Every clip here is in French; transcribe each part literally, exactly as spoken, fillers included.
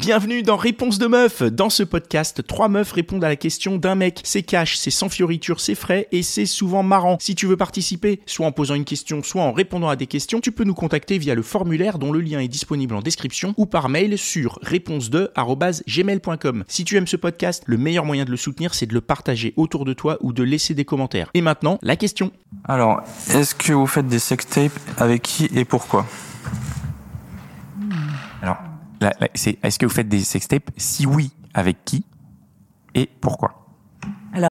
Bienvenue dans Réponse de meuf. Dans ce podcast, trois meufs répondent à la question d'un mec. C'est cash, c'est sans fioriture, c'est frais et c'est souvent marrant. Si tu veux participer, soit en posant une question, soit en répondant à des questions, tu peux nous contacter via le formulaire dont le lien est disponible en description ou par mail sur réponse deux arobase gmail point com. Si tu aimes ce podcast, le meilleur moyen de le soutenir, c'est de le partager autour de toi ou de laisser des commentaires. Et maintenant, la question. Alors, est-ce que vous faites des sextapes, avec qui et pourquoi ? Alors, là, là, c'est, est-ce que vous faites des sextapes ? Si oui, avec qui et pourquoi ? Alors.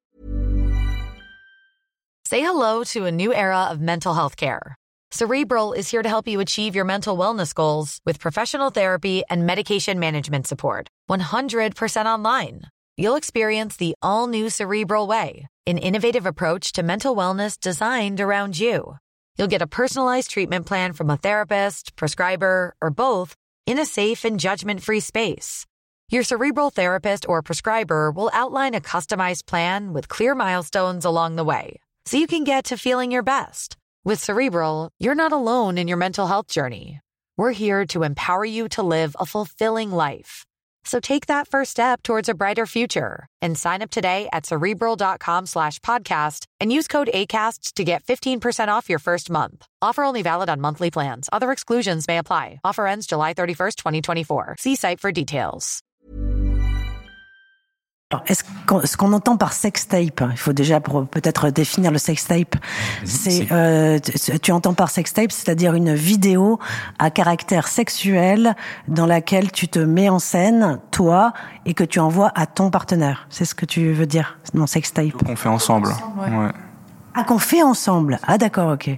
Say hello to a new era of mental health care. Cerebral is here to help you achieve your mental wellness goals with professional therapy and medication management support. one hundred percent online. You'll experience the all-new Cerebral Way, an innovative approach to mental wellness designed around you. You'll get a personalized treatment plan from a therapist, prescriber, or both in a safe and judgment-free space. Your Cerebral therapist or prescriber will outline a customized plan with clear milestones along the way, so you can get to feeling your best. With Cerebral, you're not alone in your mental health journey. We're here to empower you to live a fulfilling life. So take that first step towards a brighter future and sign up today at Cerebral.com slash podcast and use code ACAST to get fifteen percent off your first month. Offer only valid on monthly plans. Other exclusions may apply. Offer ends July thirty-first, twenty twenty-four. See site for details. Alors, est-ce qu'on, ce qu'on entend par sextape, il faut déjà pour peut-être définir le sextape. C'est, c'est... Euh, tu, tu entends par sextape, c'est-à-dire une vidéo à caractère sexuel dans laquelle tu te mets en scène, toi, et que tu envoies à ton partenaire. C'est ce que tu veux dire, non, sextape. Qu'on fait ensemble. Ouais. Ouais. Ah, qu'on fait ensemble. Ah, d'accord, ok.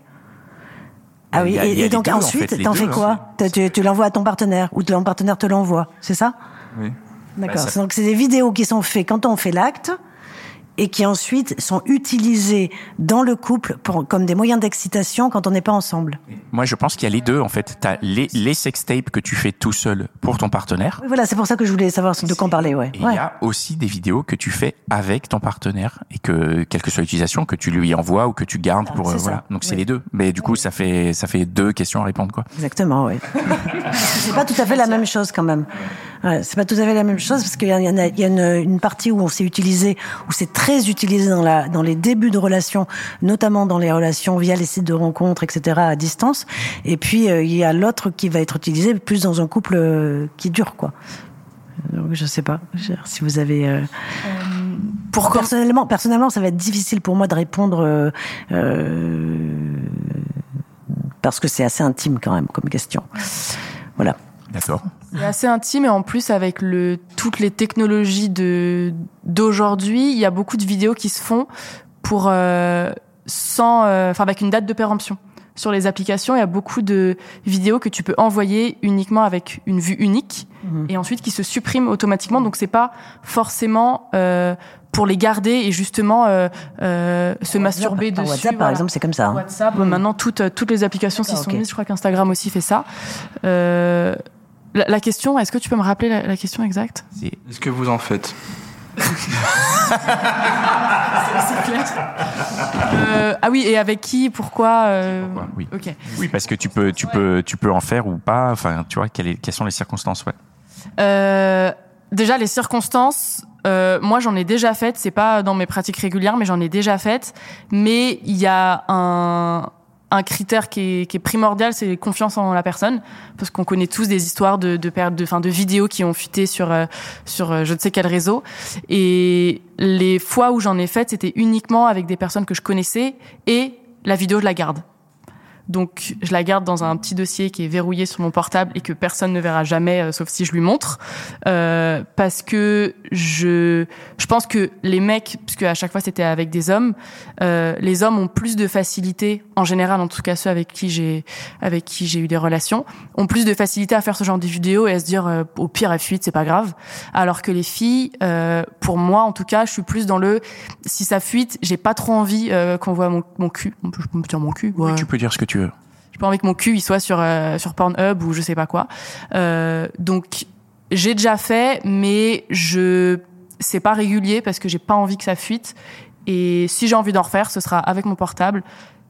Ah oui, a, et, et donc deux, ensuite, en fait, t'en deux, fais quoi ? tu, tu l'envoies à ton partenaire ou ton partenaire te l'envoie, c'est ça ? Oui. D'accord. Bah, ça... Donc c'est des vidéos qui sont faites quand on fait l'acte et qui ensuite sont utilisées dans le couple pour, comme des moyens d'excitation quand on n'est pas ensemble. Moi, je pense qu'il y a les deux, en fait. T'as les, les sextapes que tu fais tout seul pour ton partenaire. Oui, voilà, c'est pour ça que je voulais savoir de quoi on parlait, ouais. Et il ouais. y a aussi des vidéos que tu fais avec ton partenaire et que, quelle que soit l'utilisation, que tu lui envoies ou que tu gardes pour, c'est euh, ça. voilà. Donc, c'est oui. les deux. Mais du coup, oui. ça fait, ça fait deux questions à répondre, quoi. Exactement, oui. C'est pas tout à fait la même chose, quand même. Ouais, c'est pas tout à fait la même chose parce qu'il y a, il y a, il y a une, une partie où on s'est utilisé, où c'est très utilisé dans la, dans les débuts de relations, notamment dans les relations via les sites de rencontres, et cetera, à distance. Et puis, euh, il y a l'autre qui va être utilisé plus dans un couple euh, qui dure, quoi. Donc, je sais pas si vous avez. Euh... Euh, Pourquoi personnellement, personnellement, ça va être difficile pour moi de répondre euh, euh, parce que c'est assez intime quand même comme question. Voilà. D'accord. C'est assez intime et en plus avec le toutes les technologies de d'aujourd'hui, il y a beaucoup de vidéos qui se font pour euh, sans, enfin euh, avec une date de péremption. Sur les applications, il y a beaucoup de vidéos que tu peux envoyer uniquement avec une vue unique mmh. et ensuite qui se suppriment automatiquement. Donc c'est pas forcément euh, pour les garder et justement euh, euh, se WhatsApp, masturber par dessus. WhatsApp, par voilà. exemple, c'est comme ça. Hein. WhatsApp, mmh. maintenant toutes toutes les applications s'y sont okay. mises. Je crois qu'Instagram aussi fait ça. Euh, la, la question, est-ce que tu peux me rappeler la, la question exacte ? C'est... Est-ce que vous en faites ? c'est, c'est clair. Euh, ah oui, et avec qui, pourquoi, euh... pourquoi oui. Ok. Oui, parce que tu peux, tu peux, tu peux en faire ou pas. Enfin, tu vois, quelles, est, quelles sont les circonstances, ouais. Euh, déjà, les circonstances. Euh, moi, j'en ai déjà faites. C'est pas dans mes pratiques régulières, mais j'en ai déjà faites. Mais il y a un un critère qui est, qui est primordial, c'est confiance en la personne, parce qu'on connaît tous des histoires de de de, de, fin, de vidéos qui ont fuité sur euh, sur euh, je ne sais quel réseau. Et les fois où j'en ai fait, c'était uniquement avec des personnes que je connaissais et la vidéo je la garde. Donc, je la garde dans un petit dossier qui est verrouillé sur mon portable et que personne ne verra jamais, euh, sauf si je lui montre. Euh, parce que je, je pense que les mecs, puisque à chaque fois c'était avec des hommes, euh, les hommes ont plus de facilité, en général, en tout cas ceux avec qui j'ai, avec qui j'ai eu des relations, ont plus de facilité à faire ce genre de vidéos et à se dire, euh, au pire, elle fuite, c'est pas grave. Alors que les filles, euh, pour moi, en tout cas, je suis plus dans le, si ça fuite, j'ai pas trop envie euh, qu'on voit mon, mon cul. On peut, je peux me dire mon cul. Ouais. Oui, tu peux dire ce que tu veux. J'ai pas envie que mon cul il soit sur euh, sur Pornhub ou je sais pas quoi. Euh, donc j'ai déjà fait, mais je c'est pas régulier parce que j'ai pas envie que ça fuite. Et si j'ai envie d'en refaire, ce sera avec mon portable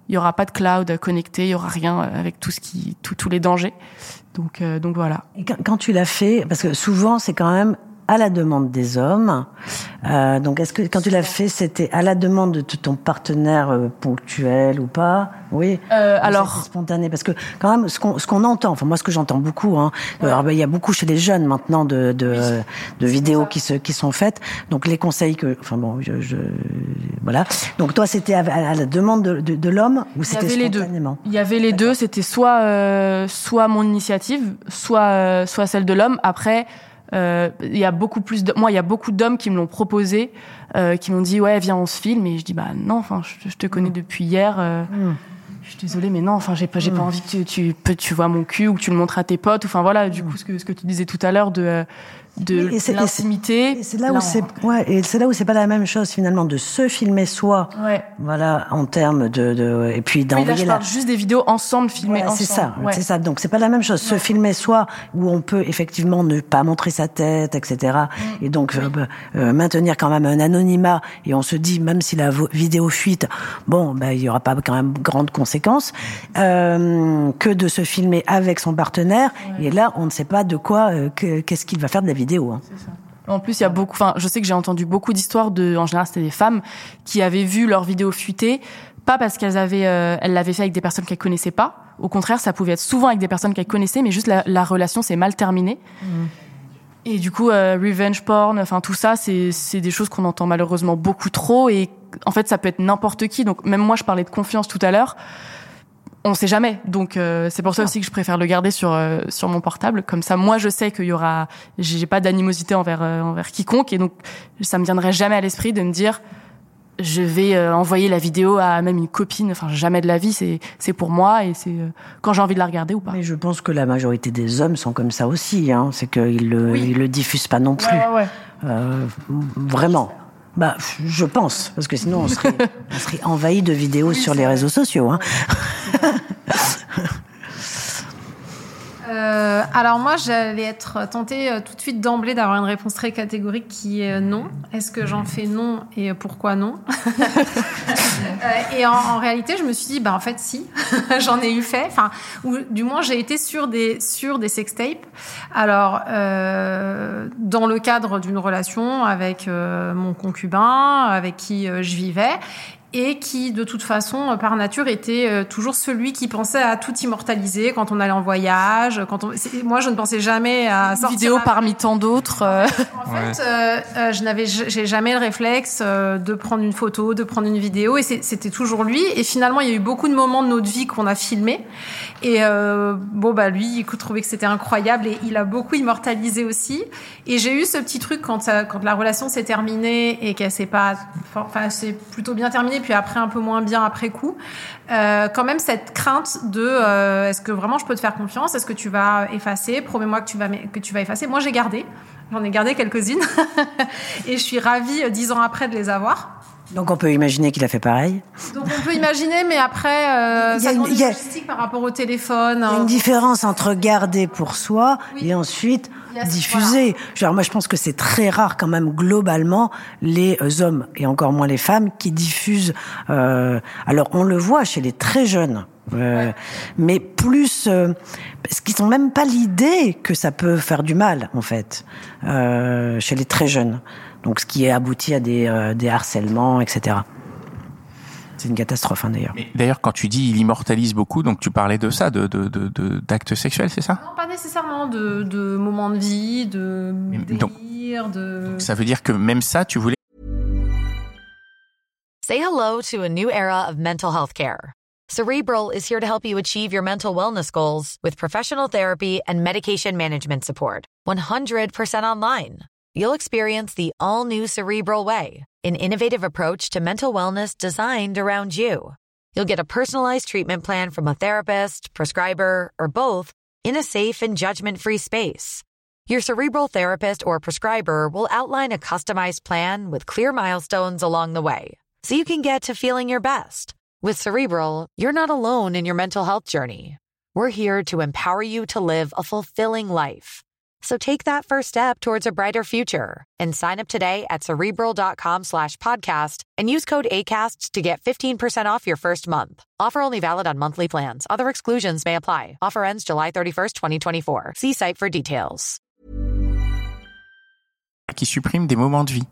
Il y aura pas de cloud connecté, il y aura rien avec tout ce qui, tout, tous les dangers. Donc, euh, donc voilà. Et quand, quand tu l'as fait, parce que souvent c'est quand même à la demande des hommes. Euh, donc, est-ce que quand tu l'as fait, c'était à la demande de ton partenaire euh, ponctuel ou pas? Oui. Euh, alors spontané, parce que quand même, ce qu'on ce qu'on entend, enfin moi ce que j'entends beaucoup, hein, ouais. alors, ben, il y a beaucoup chez les jeunes maintenant de de, oui, de vidéos qui se qui sont faites. Donc les conseils que, enfin bon, je, je voilà. Donc toi, c'était à, à la demande de, de, de l'homme ou c'était spontanément? Il y avait les deux. Il y avait les deux. C'était soit euh, soit mon initiative, soit euh, soit celle de l'homme. Après. Euh, il y a beaucoup plus de, moi, il y a beaucoup d'hommes qui me l'ont proposé, euh, qui m'ont dit, ouais, viens, on se filme. Et je dis, bah, non, enfin, je, je te connais mmh. depuis hier, euh, mmh. je suis désolée, mais non, enfin, j'ai pas, j'ai mmh. pas envie que tu, tu, tu vois mon cul ou que tu le montres à tes potes. Enfin, voilà, du mmh. coup, ce que, ce que tu disais tout à l'heure de, de et c'est, l'intimité. Et c'est là où là, c'est, on... ouais, et c'est là où c'est pas la même chose, finalement, de se filmer soi. Ouais. Voilà, en termes de, de, et puis d'envoyer oui, là, je la... parle juste des vidéos ensemble, filmées ouais, ensemble. C'est ça, ouais. c'est ça. Donc, c'est pas la même chose. Se ouais. filmer soi, où on peut effectivement ne pas montrer sa tête, et cetera. Mm. Et donc, oui. euh, euh, maintenir quand même un anonymat. Et on se dit, même si la vo- vidéo fuite, bon, ben, il y aura pas quand même grandes conséquences, euh, que de se filmer avec son partenaire. Ouais. Et là, on ne sait pas de quoi, euh, que, qu'est-ce qu'il va faire de la vidéo, hein. C'est ça. En plus, il y a beaucoup, enfin, je sais que j'ai entendu beaucoup d'histoires de, en général, c'était des femmes qui avaient vu leur vidéo fuiter, pas parce qu'elles avaient, euh, elles l'avaient fait avec des personnes qu'elles connaissaient pas. Au contraire, ça pouvait être souvent avec des personnes qu'elles connaissaient, mais juste la, la relation s'est mal terminée. Mmh. Et du coup, euh, revenge porn, enfin, tout ça, c'est, c'est des choses qu'on entend malheureusement beaucoup trop et, en fait, ça peut être n'importe qui. Donc, même moi, je parlais de confiance tout à l'heure. On sait jamais, donc euh, c'est pour ça aussi que je préfère le garder sur euh, sur mon portable. Comme ça, moi, je sais qu'il y aura, j'ai pas d'animosité envers euh, envers quiconque, et donc ça me viendrait jamais à l'esprit de me dire, je vais euh, envoyer la vidéo à même une copine. Enfin, jamais de la vie. C'est c'est pour moi et c'est euh, quand j'ai envie de la regarder ou pas. Mais je pense que la majorité des hommes sont comme ça aussi. Hein. C'est qu'ils le oui. ils le diffusent pas non plus. Ouais, ouais, ouais. Euh, vraiment. Bah, je pense, parce que sinon on serait, on serait envahi de vidéos oui, sur les réseaux sociaux. Hein. Euh, alors moi, j'allais être tentée euh, tout de suite d'emblée d'avoir une réponse très catégorique qui est euh, non. Est-ce que j'en fais non et pourquoi non? euh, Et en, en réalité, je me suis dit, bah en fait, si, j'en ai eu fait. Enfin, ou du moins, j'ai été sur des sur des sextapes. Alors, euh, dans le cadre d'une relation avec euh, mon concubin, avec qui euh, je vivais. Et qui, de toute façon, par nature, était euh, toujours celui qui pensait à tout immortaliser quand on allait en voyage. Quand on... C'est... Moi, je ne pensais jamais à une sortir... vidéo à... parmi tant d'autres. Euh... En fait, ouais. euh, euh, je n'avais, j'ai jamais le réflexe euh, de prendre une photo, de prendre une vidéo, et c'est, c'était toujours lui. Et finalement, il y a eu beaucoup de moments de notre vie qu'on a filmés. Et euh, bon, bah lui, il trouvait que c'était incroyable, et il a beaucoup immortalisé aussi. Et j'ai eu ce petit truc quand, ça, quand la relation s'est terminée et qu'elle s'est pas... Enfin, c'est plutôt bien terminé, puis après un peu moins bien après coup, euh, quand même cette crainte de euh, est-ce que vraiment je peux te faire confiance, est-ce que tu vas effacer, promets-moi que tu vas que tu vas effacer. Moi j'ai gardé, j'en ai gardé quelques-unes et je suis ravie dix ans après de les avoir. Donc on peut imaginer qu'il a fait pareil. Donc on peut imaginer, mais après euh, ça demande une logistique par rapport au téléphone. Il y a une différence entre garder pour soi oui. et ensuite yes, diffuser. Voilà. Genre moi je pense que c'est très rare quand même globalement les hommes et encore moins les femmes qui diffusent. Euh, alors on le voit chez les très jeunes. Euh, ouais. Mais plus euh, parce qu'ils n'ont même pas l'idée que ça peut faire du mal en fait euh, chez les très jeunes. Donc, ce qui est abouti à des, euh, des harcèlements, et cetera. C'est une catastrophe, hein, d'ailleurs. Mais d'ailleurs, quand tu dis il immortalise beaucoup, donc tu parlais de ça, de, de, de, de d'actes sexuels, c'est ça? Non, pas nécessairement de, de moments de vie, de délire, de. Donc, ça veut dire que même ça, tu voulais. Say hello to a new era of mental health care. Cerebral is here to help you achieve your mental wellness goals with professional therapy and medication management support. one hundred percent online. You'll experience the all-new Cerebral Way, an innovative approach to mental wellness designed around you. You'll get a personalized treatment plan from a therapist, prescriber, or both in a safe and judgment-free space. Your Cerebral therapist or prescriber will outline a customized plan with clear milestones along the way, so you can get to feeling your best. With Cerebral, you're not alone in your mental health journey. We're here to empower you to live a fulfilling life. So take that first step towards a brighter future and sign up today at Cerebral.com slash podcast and use code ACAST to get fifteen percent off your first month. Offer only valid on monthly plans. Other exclusions may apply. Offer ends July thirty-first, twenty twenty-four. See site for details. Qui supprime des moments de vie.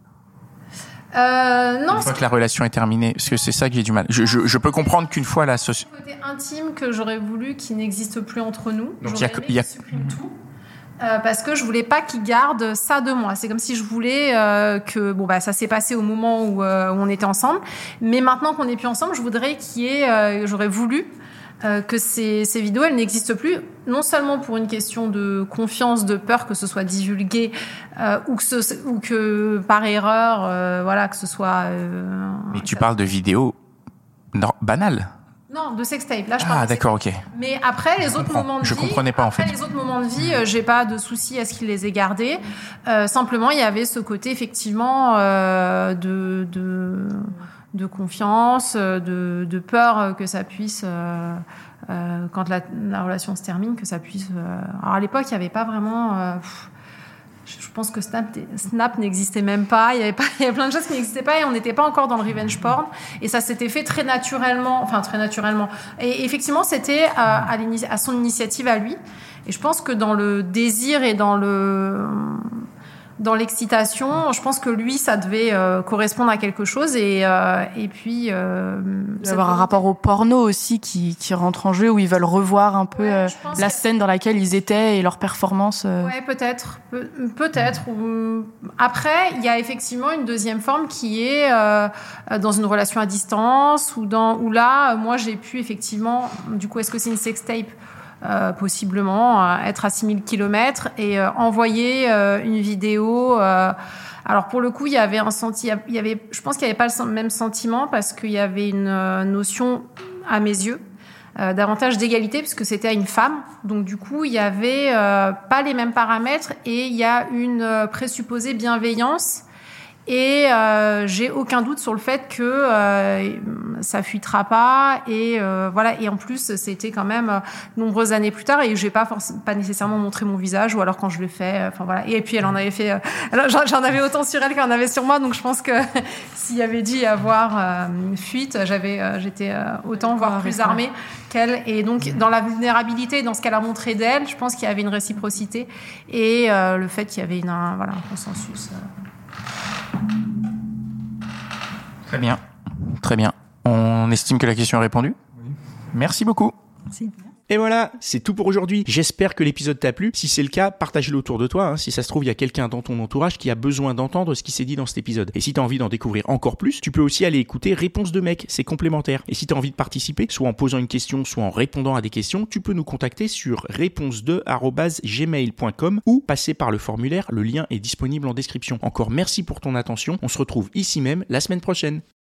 Euh, non, Une fois que la relation est terminée, parce que c'est ça que j'ai du mal. Je, je, je peux comprendre qu'une fois la société. Le côté intime que j'aurais voulu qu'il n'existe plus entre nous. Donc j'aurais il y a, aimé il y a... qu'il supprime tout. Euh, parce que je voulais pas qu'il garde ça de moi. C'est comme si je voulais euh, que bon bah ça s'est passé au moment où, euh, où on était ensemble, mais maintenant qu'on n'est plus ensemble, je voudrais qu'il y ait, euh, j'aurais voulu euh, que ces, ces vidéos elles n'existent plus, non seulement pour une question de confiance, de peur que ce soit divulgué euh, ou que ce, ou que par erreur, euh, voilà que ce soit. Euh, mais tu parles de vidéos non, banales. Non, de sextape. Là, je parle Ah, de d'accord, sextape. ok. Mais après, les je autres comprends. moments de je vie. Je comprenais pas, en fait. Après, les autres moments de vie, euh, j'ai pas de souci à ce qu'il les ait gardés. Euh, simplement, il y avait ce côté, effectivement, euh, de, de, de confiance, de, de peur que ça puisse, euh, euh, quand la, la relation se termine, que ça puisse. Euh... Alors, à l'époque, il y avait pas vraiment. Euh, pff, je pense que Snap, Snap n'existait même pas. Il y avait pas, il y avait plein de choses qui n'existaient pas et on n'était pas encore dans le revenge porn. Et ça s'était fait très naturellement, enfin très naturellement. Et effectivement, c'était à, à, à son initiative à lui. Et je pense que dans le désir et dans le dans l'excitation, je pense que lui, ça devait euh, correspondre à quelque chose. Et euh, et puis euh, il y avoir un rapport au porno aussi qui qui rentre en jeu, où ils veulent revoir un peu ouais, euh, la que... scène dans laquelle ils étaient et leur performance. Euh... Ouais, peut-être, Pe- peut-être. Après, il y a effectivement une deuxième forme qui est euh, dans une relation à distance, ou dans où là, moi, j'ai pu effectivement. Du coup, est-ce que c'est une sextape? Euh, possiblement euh, être à six mille kilomètres et euh, envoyer euh, une vidéo. Euh, alors pour le coup, il y avait un senti, il y avait, je pense qu'il n'y avait pas le même sentiment parce qu'il y avait une euh, notion, à mes yeux, euh, davantage d'égalité puisque c'était à une femme. Donc du coup, il y avait euh, pas les mêmes paramètres et il y a une euh, présupposée bienveillance. Et euh, j'ai aucun doute sur le fait que euh, ça fuitera pas et euh, voilà. Et en plus, c'était quand même euh, nombreuses années plus tard et j'ai pas forcément, pas nécessairement montré mon visage ou alors quand je le fais. Enfin voilà. Et puis elle en avait fait. Euh, alors, j'en, j'en avais autant sur elle qu'elle en avait sur moi. Donc je pense que s'il y avait dû y avoir euh, une fuite, j'avais, euh, j'étais euh, autant voire ah, plus armée qu'elle. Et donc dans la vulnérabilité, dans ce qu'elle a montré d'elle, je pense qu'il y avait une réciprocité et euh, le fait qu'il y avait une, un, voilà, un consensus. Euh, Très bien, très bien. On estime que la question est répondue. Oui. Merci beaucoup. Merci. Et voilà, c'est tout pour aujourd'hui. J'espère que l'épisode t'a plu. Si c'est le cas, partage-le autour de toi. Hein. Si ça se trouve, il y a quelqu'un dans ton entourage qui a besoin d'entendre ce qui s'est dit dans cet épisode. Et si t'as envie d'en découvrir encore plus, tu peux aussi aller écouter Réponse de mec, c'est complémentaire. Et si t'as envie de participer, soit en posant une question, soit en répondant à des questions, tu peux nous contacter sur réponse deux arobase gmail point com ou passer par le formulaire. Le lien est disponible en description. Encore merci pour ton attention. On se retrouve ici même la semaine prochaine.